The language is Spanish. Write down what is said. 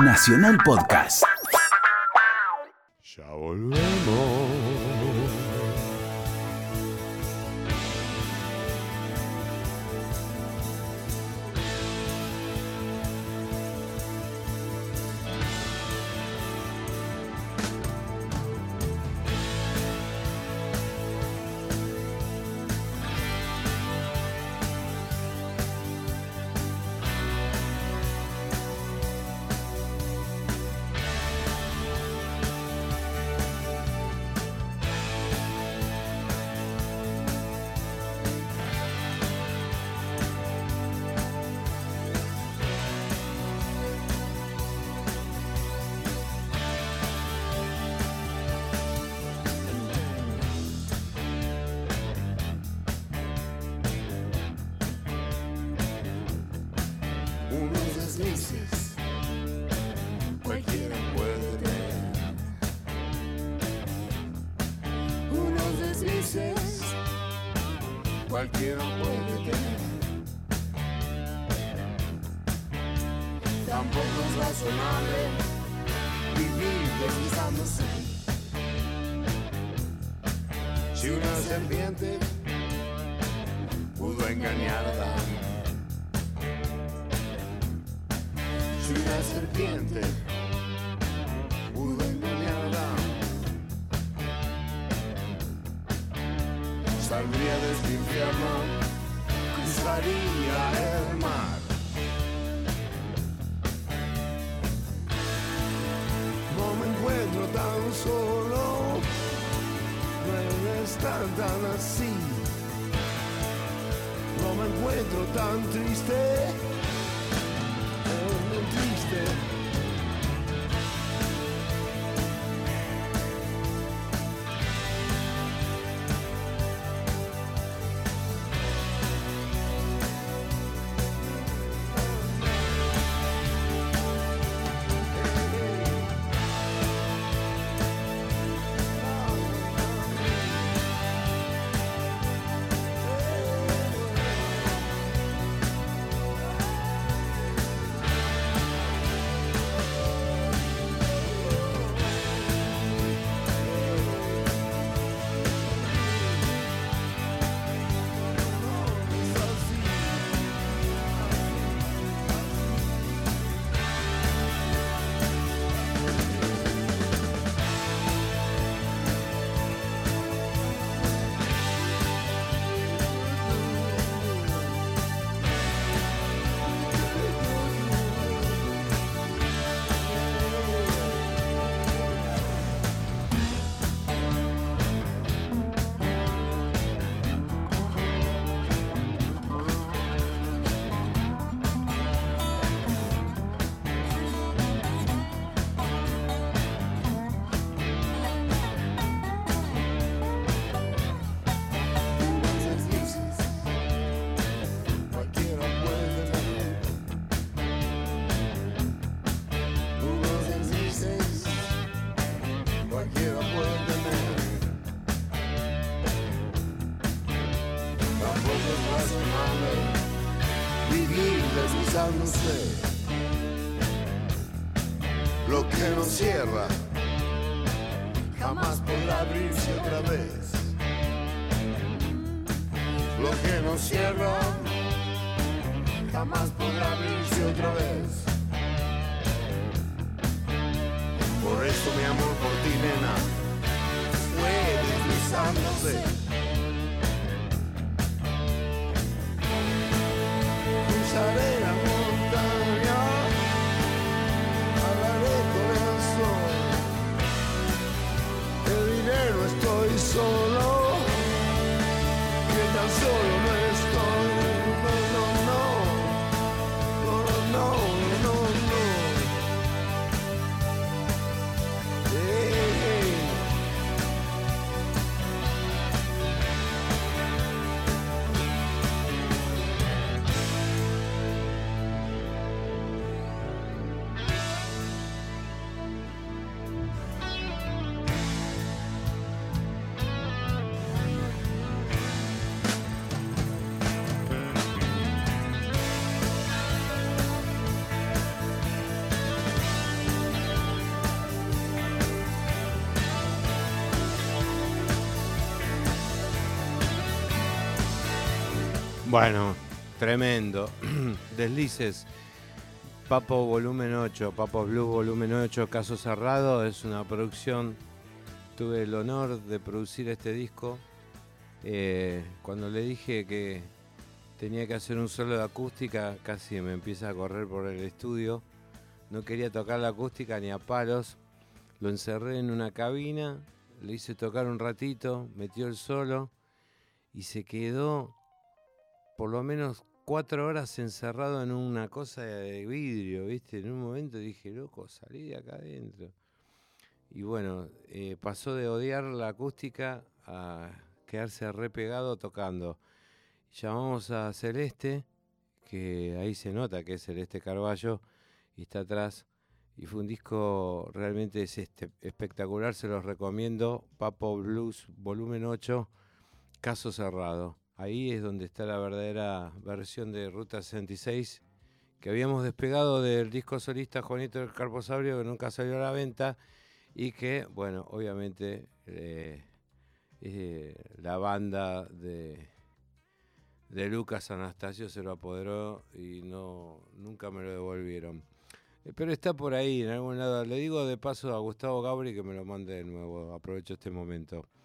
Nacional Podcast. Ya volvemos. Unos deslices, cualquiera puede tener. Unos deslices, cualquiera puede tener. Tampoco es razonable vivir deslizándose. Si una serpiente pudo engañarla, si una serpiente pudo engañarla, saldría de este infierno, cruzaría el mar. No me encuentro tan solo, no es tan así. No me encuentro tan triste, triste. Lo que no cierra jamás podrá abrirse otra vez. Lo que no cierra jamás podrá abrirse otra vez. Por eso mi amor por ti, nena, fue deslizándose. Cruzaré la montaña, hablaré con el sol. Te diré no estoy solo, que tan solo no estoy. No. Hey. Bueno, tremendo. Deslices. Papo volumen 8, Papo Blue volumen 8, Caso Cerrado, es una producción. Tuve el honor de producir este disco. Cuando le dije que tenía que hacer un solo de acústica, casi me empieza a correr por el estudio. No quería tocar la acústica ni a palos. Lo encerré en una cabina, le hice tocar un ratito, metió el solo y se quedó por lo menos 4 horas encerrado en una cosa de vidrio, ¿viste? En un momento dije, loco, salí de acá adentro. Y bueno, pasó de odiar la acústica a quedarse re pegado tocando. Llamamos a Celeste, que ahí se nota que es Celeste Carballo, y está atrás. Y fue un disco realmente espectacular, se los recomiendo. Papo Blues volumen 8, Caso Cerrado. Ahí es donde está la verdadera versión de Ruta 66, que habíamos despegado del disco solista Juanito del Carposaurio, que nunca salió a la venta, y que, bueno, obviamente la banda de Lucas Anastasio se lo apoderó y nunca me lo devolvieron. Pero está por ahí, en algún lado. Le digo de paso a Gustavo Gabri que me lo mande de nuevo. Aprovecho este momento.